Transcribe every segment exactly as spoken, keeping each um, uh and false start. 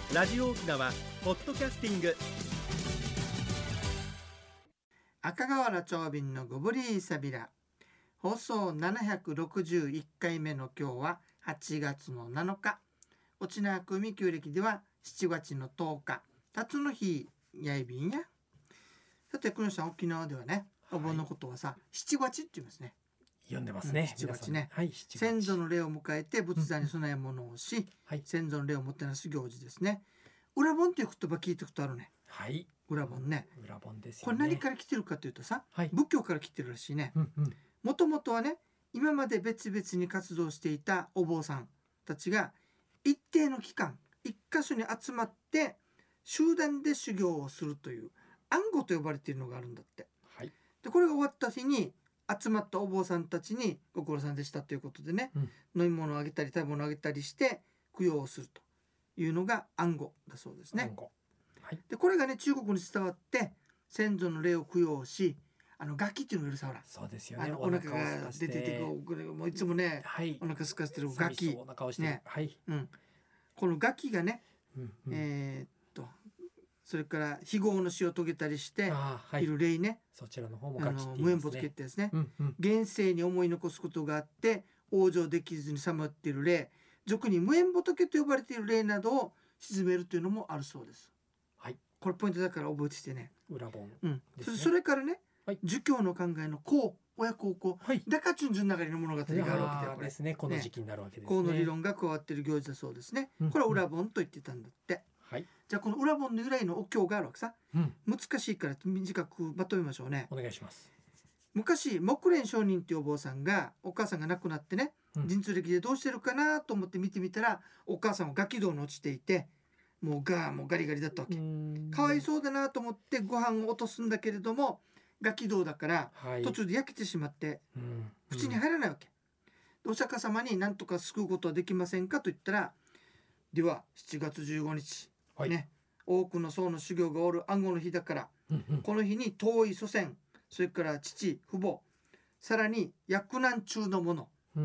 ラジオ沖縄ポッドキャスティング、 赤瓦長瓶のゴブリーサビラ、放送ななひゃくろくじゅういっかいめの今日ははちがつのなのか、沖縄組旧暦ではしちがつのとおか、辰の日やいびんや。さて久野さん、沖縄ではね、お盆のことはさ、七五って言いますね。 読んでますね、 七五ね、 はい、 先祖の霊を迎えて仏壇に供え物をし、 うんはい、 先祖の霊をもてなす行事ですね。裏盆っていう言葉聞いたことあるね。 はい、 裏盆ね。 裏盆ですよね。 これ何から来てるかというとさ、 はい、 仏教から来てるらしいね。もともとはね、今まで別々に活動していたお坊さんたちが一定の期間一箇所に集まって集団で修行をするという暗号と呼ばれているのがあるんだって、 はい、 でこれが終わった日に集まったお坊さんたちにご苦労さんでしたということでね、うん、飲み物をあげたり食べ物をあげたりして供養をするというのが暗号だそうですね。はい、でこれがね中国に伝わって先祖の霊を供養し、あのガキっていうのがいるさ、ほらそうですよね、 あのお腹が出ててこうもういつもね、はい、お腹すかせてるガキね、はい、うん、このガキがね、うんうん、えー、っとそれから非業の死を遂げたりしている霊ね、はい、 そちらの方もガキって言いますね。 無縁仏ってですね、うんうん、現世に思い残すことがあって往生できずにさまっている霊、俗に無縁仏と呼ばれている霊などを鎮めるというのもあるそうです。はい、これポイントだから覚えてしてね。 裏本、ね、 うん、それ、それからね、はい、儒教の考えの公親孝行、はい、だから順々流れの物語があるわけだよ。これですね、 この時期になるわけですね。 公の理論が加わっている行事だそうですね、うん、これは裏本と言ってたんだって、はい、じゃあこの裏本の由来のお経があるわけさ、うん、難しいから短くまとめましょうね。 お願いします。 昔木蓮上人っていうお坊さんがお母さんが亡くなってね、うん、神通力でどうしてるかなと思って見てみたらお母さんはガキ道に落ちていてもうガーもうガリガリだったわけ。かわいそうだなと思ってご飯を落とすんだけれどもガキ道だから、はい、途中で焼けてしまって口に入らないわけ、うん、お釈迦様に何とか救うことはできませんかと言ったら、ではしちがつじゅうごにち、はい、ね、多くの僧の修行がおる暗号の日だから、うんうん、この日に遠い祖先、それから父父母、さらに厄難中の者、うん、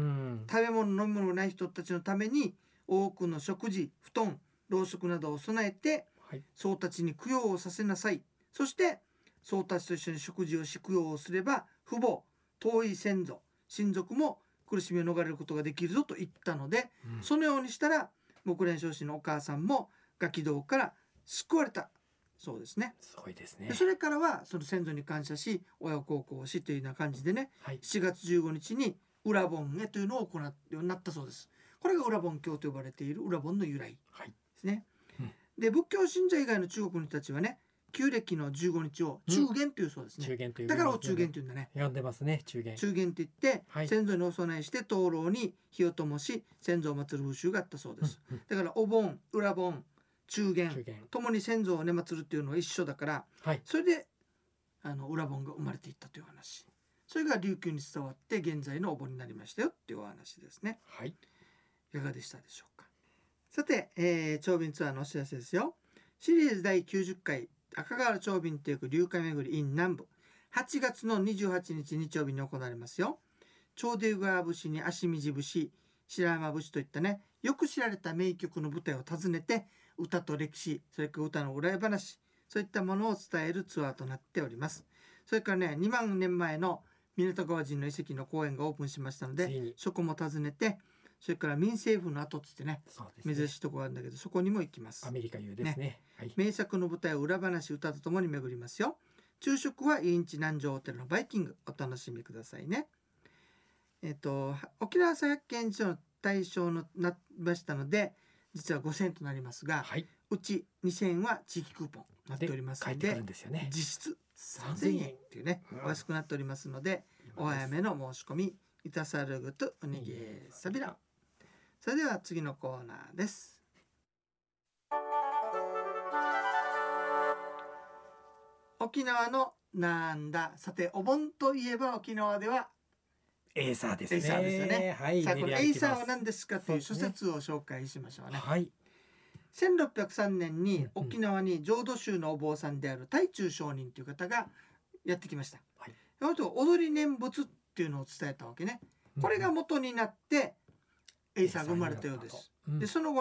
食べ物飲み物がない人たちのために多くの食事布団ろうそくなどを備えて、はい、僧たちに供養をさせなさい。そして僧たちと一緒に食事をし供養をすれば父母遠い先祖親族も苦しみを逃れることができるぞと言ったので、うん、そのようにしたら木蓮上師のお母さんもガキ道から救われたそうですね。 すごいですね。 でそれからはその先祖に感謝し親孝行をしというような感じでね、はい、しちがつじゅうごにちに裏盆へというのを行うようになったそうです。これが裏盆経と呼ばれている裏盆の由来ですね、はい、うん、で仏教信者以外の中国の人たちはね旧暦のじゅうごにちを中元というそうですね、うん、中元というだからお中元というんだね。 呼んでますね、中元。 中元といって、はい、先祖にお供えして灯籠に火を灯し先祖を祀る風習があったそうです、うんうん、だからお盆裏盆中元ともに先祖をね祀るっていうのは一緒だから、はい、それであの裏盆が生まれていったという話、それが琉球に伝わって現在のお盆になりましたよっていうお話ですね。はい、いかがでしたでしょうか。さて、えー、長瓶ツアーのお知らせですよ。シリーズだいきゅうじゅっかい赤瓦長瓶という流海巡り in 南部はちがつのにじゅうはちにち日曜日に行われますよ。長出川節に足短節、白山節といったねよく知られた名曲の舞台を訪ねて歌と歴史、それから歌の裏話、そういったものを伝えるツアーとなっております。それからねにまんねんまえの港川人の遺跡の公園がオープンしましたのでそこも訪ねて、それから民政府の跡つって ね, ね珍しいところがあるんだけどそこにも行きます。 アメリカ遊です ね, ね、はい、 名作の舞台を裏話歌とともに巡りますよ。昼食はインチ南城ホテルのバイキングお楽しみくださいね。えっと沖縄朝百軒所の対象になりましたので実はごせんえんとなりますが、はい、うちにせんえんは地域クーポンなっておりますの で, で、ね、実質さんぜんえんっていうね、うん、お安くなっておりますのでお早めの申し込みいたさるぐとおにげさびら。それでは次のコーナーです。沖縄のなんだ。さてお盆といえば沖縄ではエイサーですね。 エイサーですよね、はい、さあこのエイサーは何ですかという諸説を紹介しましょうね。はい、せんろっぴゃくさんねんに沖縄に浄土宗のお坊さんである太忠上人という方がやってきました。はい、踊り念仏っていうのを伝えたわけね。これが元になってエイサーが生まれたようです。うん、でその後ね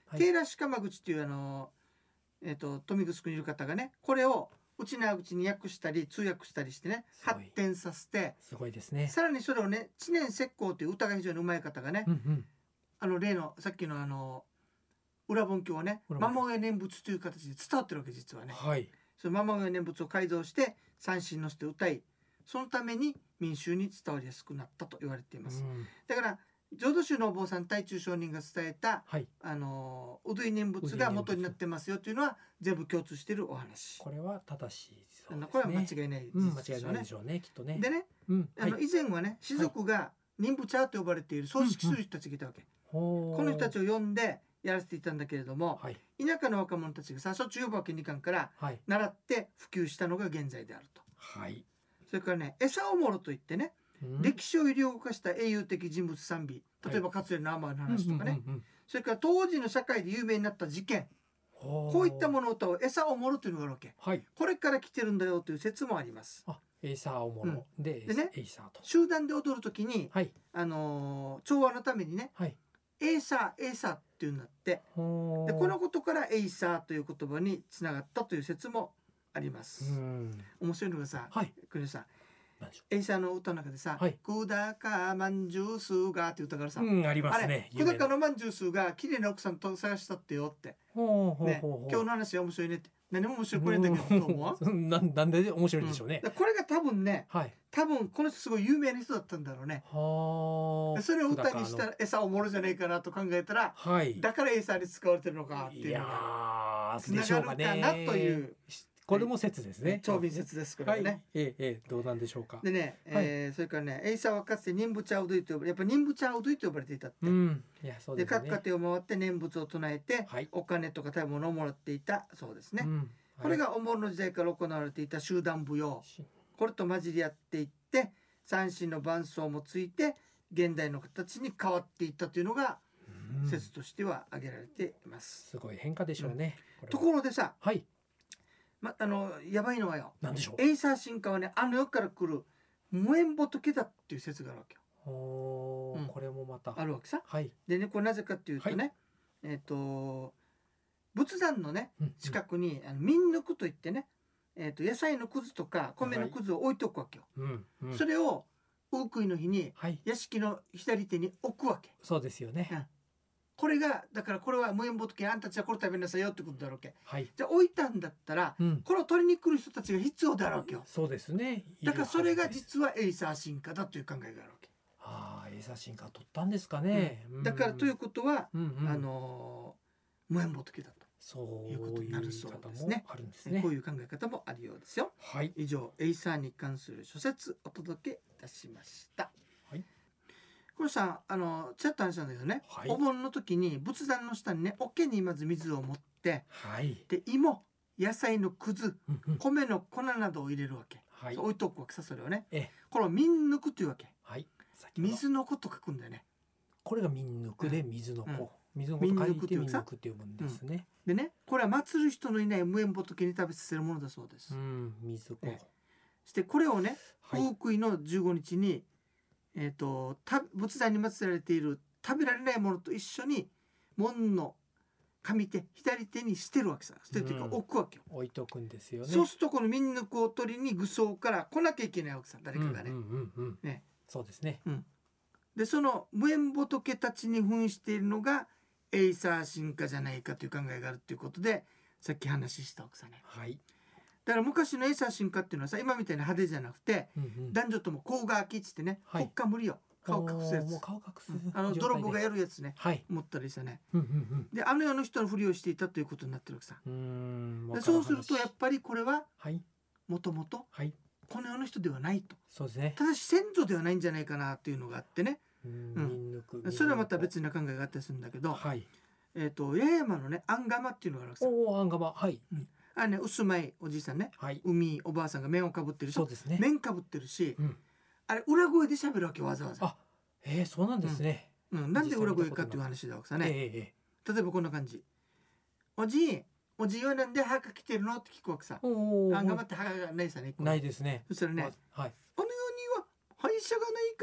はいケイラシカマグチっていうあの、えー、と豊見城にいる方がねこれをうちなうちに訳したり通訳したりしてねすごい発展させてすごいですね。 さらにそれをね知念石膏という歌が非常にうまい方がね、 うんうん。 あの例のさっきのあの裏本経をね裏本経ママ親念仏という形で伝わってるわけ実はね。 はい。 そのママ親念仏を改造して三振のせて歌いそのために民衆に伝わりやすくなったと言われています。 うんだから浄土宗のお坊さん大中上人が伝えたはい。 あのうどい念仏が元になってますよというのは全部共通しているお話。 これは正しいそうですね。 これは間違いないうん、間事実ですよね違いないで。しょうね、きっとね。 でね、 うん、はいあの。以前はね士族が忍部茶と呼ばれている葬式する人たちがいたわけ。 ここの人たちを呼んでやらせていたんだけれども、 はい田舎の若者たちがさしょっちゅう呼ぶわけにいかんからはい習って普及したのが現在であると。 はい。 それからね餌おもろといってね、 うん歴史を揺り動かした英雄的人物賛美、例えば勝の天の話とかね、 うんうんうんそれから当時の社会で有名になった事件、 ほこういったものを歌う餌おもろというのがあるわけ。 はい。 これから来てるんだよという説もあります。 あ、エイサーおもろで、 でねエイサーと。 集団で踊るときに、 はいあのー調和のためにねはい。 エイサーエイサーっていうんだってほーでこのことからエイサーという言葉につながったという説もありまうす。 ん。 面白いのがさ、 はい。 国吉さんなんでしょエイサーの歌の中でさ「 はいくだかまんじゅうすが」って歌からさ、 う。うん、ありまあれすね。 くだかのまんじゅうすが綺麗な奥さんと探したってよって、 ほうほうね、 ほうほう。 今日の話は面白いねって何も面白くないんだけどどう思ううんなんなんで面白いんでしょうね。 うんこれが多分ねはい。 多分この人すごい有名な人だったんだろうね。 はあ。 でそれを歌にした久高のら餌おもろじゃねえかなと考えたらはい。 だからエイサーに使われてるのかっていいうのがやーつながるかでしょうかね。 なというこれも説ですね。 長瓶説ですこれは。 はいね。 ええええどうなんでしょうか。 でね、えーそれからねエイサーはかつて念仏茶うどいと呼ばれやっぱ念仏茶うどいと呼ばれていたって、 うん。いやそうでですね。 各家庭を回って念仏を唱えて、 はいお金とか食べ物をもらっていたそうですね、 うんこれがおもろの時代から行われていた集団舞踊、これと混じり合っていって三神の伴奏もついて現代の形に変わっていったというのがうん説としては挙げられています、 すごい変化でしょうね。これはところでさ、 はい。 ま、あのやばいのはよなんでしょう。 エイサー進化はねあの世から来る無縁仏だっていう説があるわけよ。うんおーこれもまた。 あるわけさ。 はい。 でねこれなぜかっていうとね、えっ、と仏壇のねうん近くにあの民抜くといってね、えー、と野菜のくずとか米のくずを置いとくわけよ、 うんうんそれをウークイの日にはい。 屋敷の左手に置くわけ。 そうですよね。 うんこれがだからこれは無縁仏あんたたちはこれ食べなさいよってことだろうわけ。 はい。 じゃあ置いたんだったらうん。 これを取りに来る人たちが必要だろうわけよ。 そうですね。 だからそれがいるはずです実はエイサー進化だという考えがあるわけ。 ああ、エイサー進化取ったんですかね。 うんだからということは、 うんうん、 あのー無縁仏だと、 そういういうことになるそう言い方ですねもあるんですね。 こういう考え方もあるようですよ。 はい。 以上エイサーに関する諸説お届けいたしました。 はい。 これさあのちらっと話したんだけどね、 はいお盆の時に仏壇の下にね桶にまず水を持ってはい。 で芋野菜のくずうんうん米の粉などを入れるわけ、 はいそう。置いとくわけさそれをねえ、 これを民抜くというわけ。 はい。先ほど水の子と書くんだよね。 これが民抜くで水の子。 うん水の子と書い民抜くってていうさ民抜くって呼ぶんですね。 でねこれは祀る人のいない無縁仏に食べさせるものだそうです、 うん、水子。 えそしてこれをねはい。 ウークイのじゅうごにちに、えー、とた仏壇に祀られている食べられないものと一緒に門の上手左手に捨てるわけさ。捨てるというかうん置くわけよ、 置いとくんですよね。 そうするとこの民抜くを取りに愚僧から来なきゃいけないわけさ誰かがね、 うんうんうんうん。 ねそうですね。 でその無縁仏たちに扮しているのがエイサー進化じゃないかという考えがあるということでさっき話したわけさね。 はい。 だから昔のエイサー進化っていうのはさ今みたいな派手じゃなくてうんうん。 男女とも甲がきっつってね、 はい国家無理よ顔隠すやつおーもう顔隠すうんあの状態で泥棒がやるやつねはい。 持ったりしてねうんうんであの世の人のふりをしていたということになってるわけさ。 うん。うーん。 でそうするとやっぱぱりこれははいもともとはい。 この世の人ではないとそうですね。 ただし先祖ではないんじゃないかなっていうのがあってねうんうん民抜く。 それはまた別な考えがあったりするんだけど、 はい。 えー、と八重山のねアンガマっていうのがあるわけさ。 おお、アンガマ。はい。 あれね薄まいおじいさんねはい。 海おばあさんが面をかぶってるそうですね。 面かぶってるしうん。 あれ裏声で喋るわけわざわざ、 あ、えー、そうなんですね。 うん、なんで裏声かっていう話だわけさえね、 ええ例えばこんな感じおじいおじいはなんで墓来てるのって聞くわけさえ。おお。 アンガマって墓がないさねないですね。 そしたらねはい。 あの世には廃車がないからよっ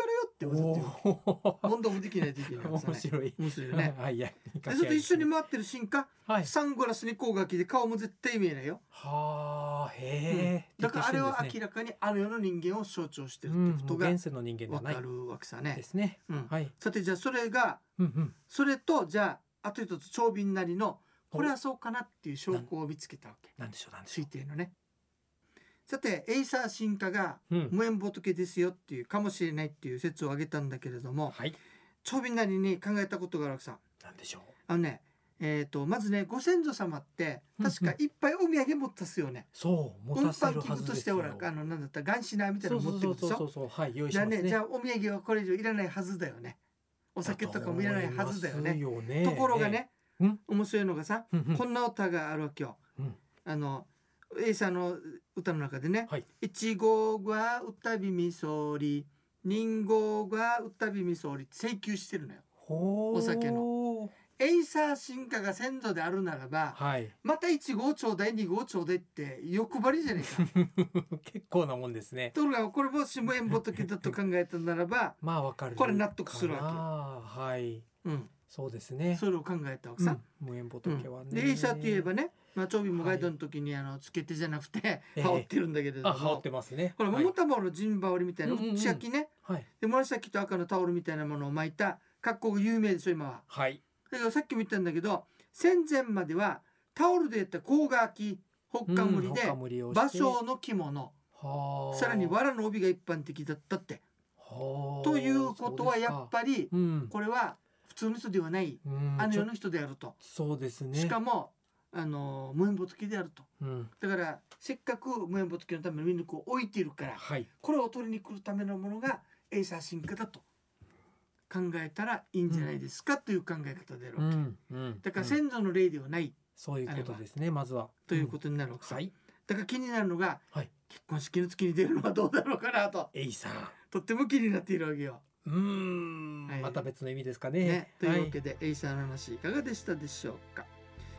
って技っていうお問答もできないといけない技ね。 面白い。 面白いよね。 はい、いや、 でそれと一緒に回ってる進化、 はい。 サングラスに光がきで顔も絶対見えないよ。 はあ、へえ。 だからあれは徹底してるんですね明らかにあの世の人間を象徴してるってうん、 ことが現世の人間ではないわかるわけさねで。すね。 うんはい。 さてじゃあそれがうんうん。 それとじゃああと一つ長瓶なりのこれはそうかなっていう証拠を見つけたわけ。 なんでしょうなんでしょ推定のね。さてエイサー進化がう。うん。 無縁仏ですよっていうかもしれないっていう説を挙げたんだけれども、 はい。 長瓶なりに考えたことがあるわけさ。 なんでしょう。 あのねえー、とまずねご先祖様って確かいっぱいお土産持ったっすよね。 そう、持運たせ搬器具とるはずですよ。 してほらあのなんだったらガンシナーみたいなそうの持ってるでしょ。 そうそうそうそう、はい、用意しじゃあますね。 ねじゃあお土産はこれ以上いらないはずだよね。お酒とかもいらないはずだよね。 と思いますよね。 ところがね、 ええうん面白いのがさ、 うんうんこんな歌があるわけよ。 うんあのエイサーの歌の中でねはい。 「いちごが歌びみそり」「にんごが歌びみそり」って請求してるのよ。 ほーお酒のエイサー進化が先祖であるならばはいまたいちごちょうだいにごちょうだいって欲張りじゃねえか。 結構なもんですね。 ところがこれもし無縁仏だと考えたならば、 まあわかるこれ納得するわけかな。はい、 うん、 そうですね。 それを考えたわけさ。 うん、無縁仏はね。 でエイサーといえばね、まあ、長瓶もガイドの時にあのつけてじゃなくてええ羽織ってるんだけれどあ、羽織も、 ってますね。 ほらはい桃太郎の陣羽織みたいなうんうんうん内焼きね、 はいで紫と赤のタオルみたいなものを巻いた格好が有名でしょ今は。 はい。 だからさっきも言ったんだけど戦前まではタオルでやった甲賀きほっかむりでうんほっかむりをして芭蕉の着物、 はあさらに藁の帯が一般的だったって。 はあということはやっぱりうんこれは普通の人ではないうんあの世の人であると、 そうですね。 しかもあの無縁仏であると。 うん、 だからせっかく無縁仏のためのみんなこう置いているからはい。 これを取りに来るためのものがエイサー進化だと考えたらいいんじゃないですか、という考え方であるわけ、 うんうん、 だからうん先祖の例ではないそういうことですね。まずはということになるわけさ、 はいだから気になるのが、 はい結婚式の月に出るのはどうだろうかなとエイサー。 とっても気になっているわけよ、 うーん、 はいまた別の意味ですかね。 ね、というわけで、 で、エイサーの話いかがでしたでしょうか。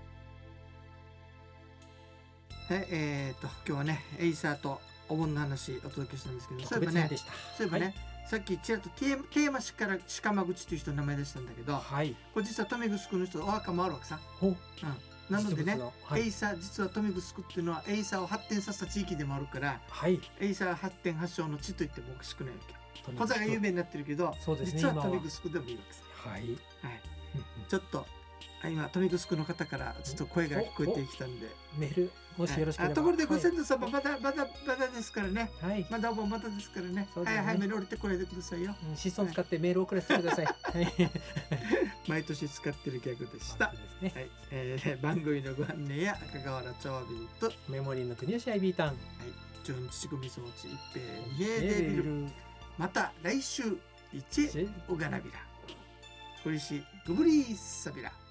はい、えー、と今日はねエイサーとお盆の話お届けしたんですけど、そういえばね特別編でした。 そういえばね、 はいさっきちらっとテーマテーマ市から鹿間口という人の名前出したんだけど、 はい。 これ実は富城の人お墓もあるわけさ、 ほうん、なのでね、 実物のはいエイサー実は富城っていうのはエイサーを発展させた地域でもあるからはい。 エイサー発展発祥の地と言ってもおかしくないわけ。 富小座が有名になってるけど、 そうですね実は今は富城でもいいわけさ。 はい。 はい、 うんうんちょっとあ今富城の方からちょっと声が聞こえてきたんで、 メールもしよろしければ。 あところでごはい先祖様まだまだまだですからね、 はい。 まだお盆まだですからね、 そうですねはいはいメール降りてこないでくださいよ。 うん子孫使ってメールを送らせてください。はい。 毎年使ってるギャグでした。 本当ですね。 はい、えー、番組のご案内や赤瓦長瓶と、はい、 メモリーの国吉アイビーターン。 純乳組装置一平二平でビル。また来週一チェおがなびら。小石グブリーサビラ。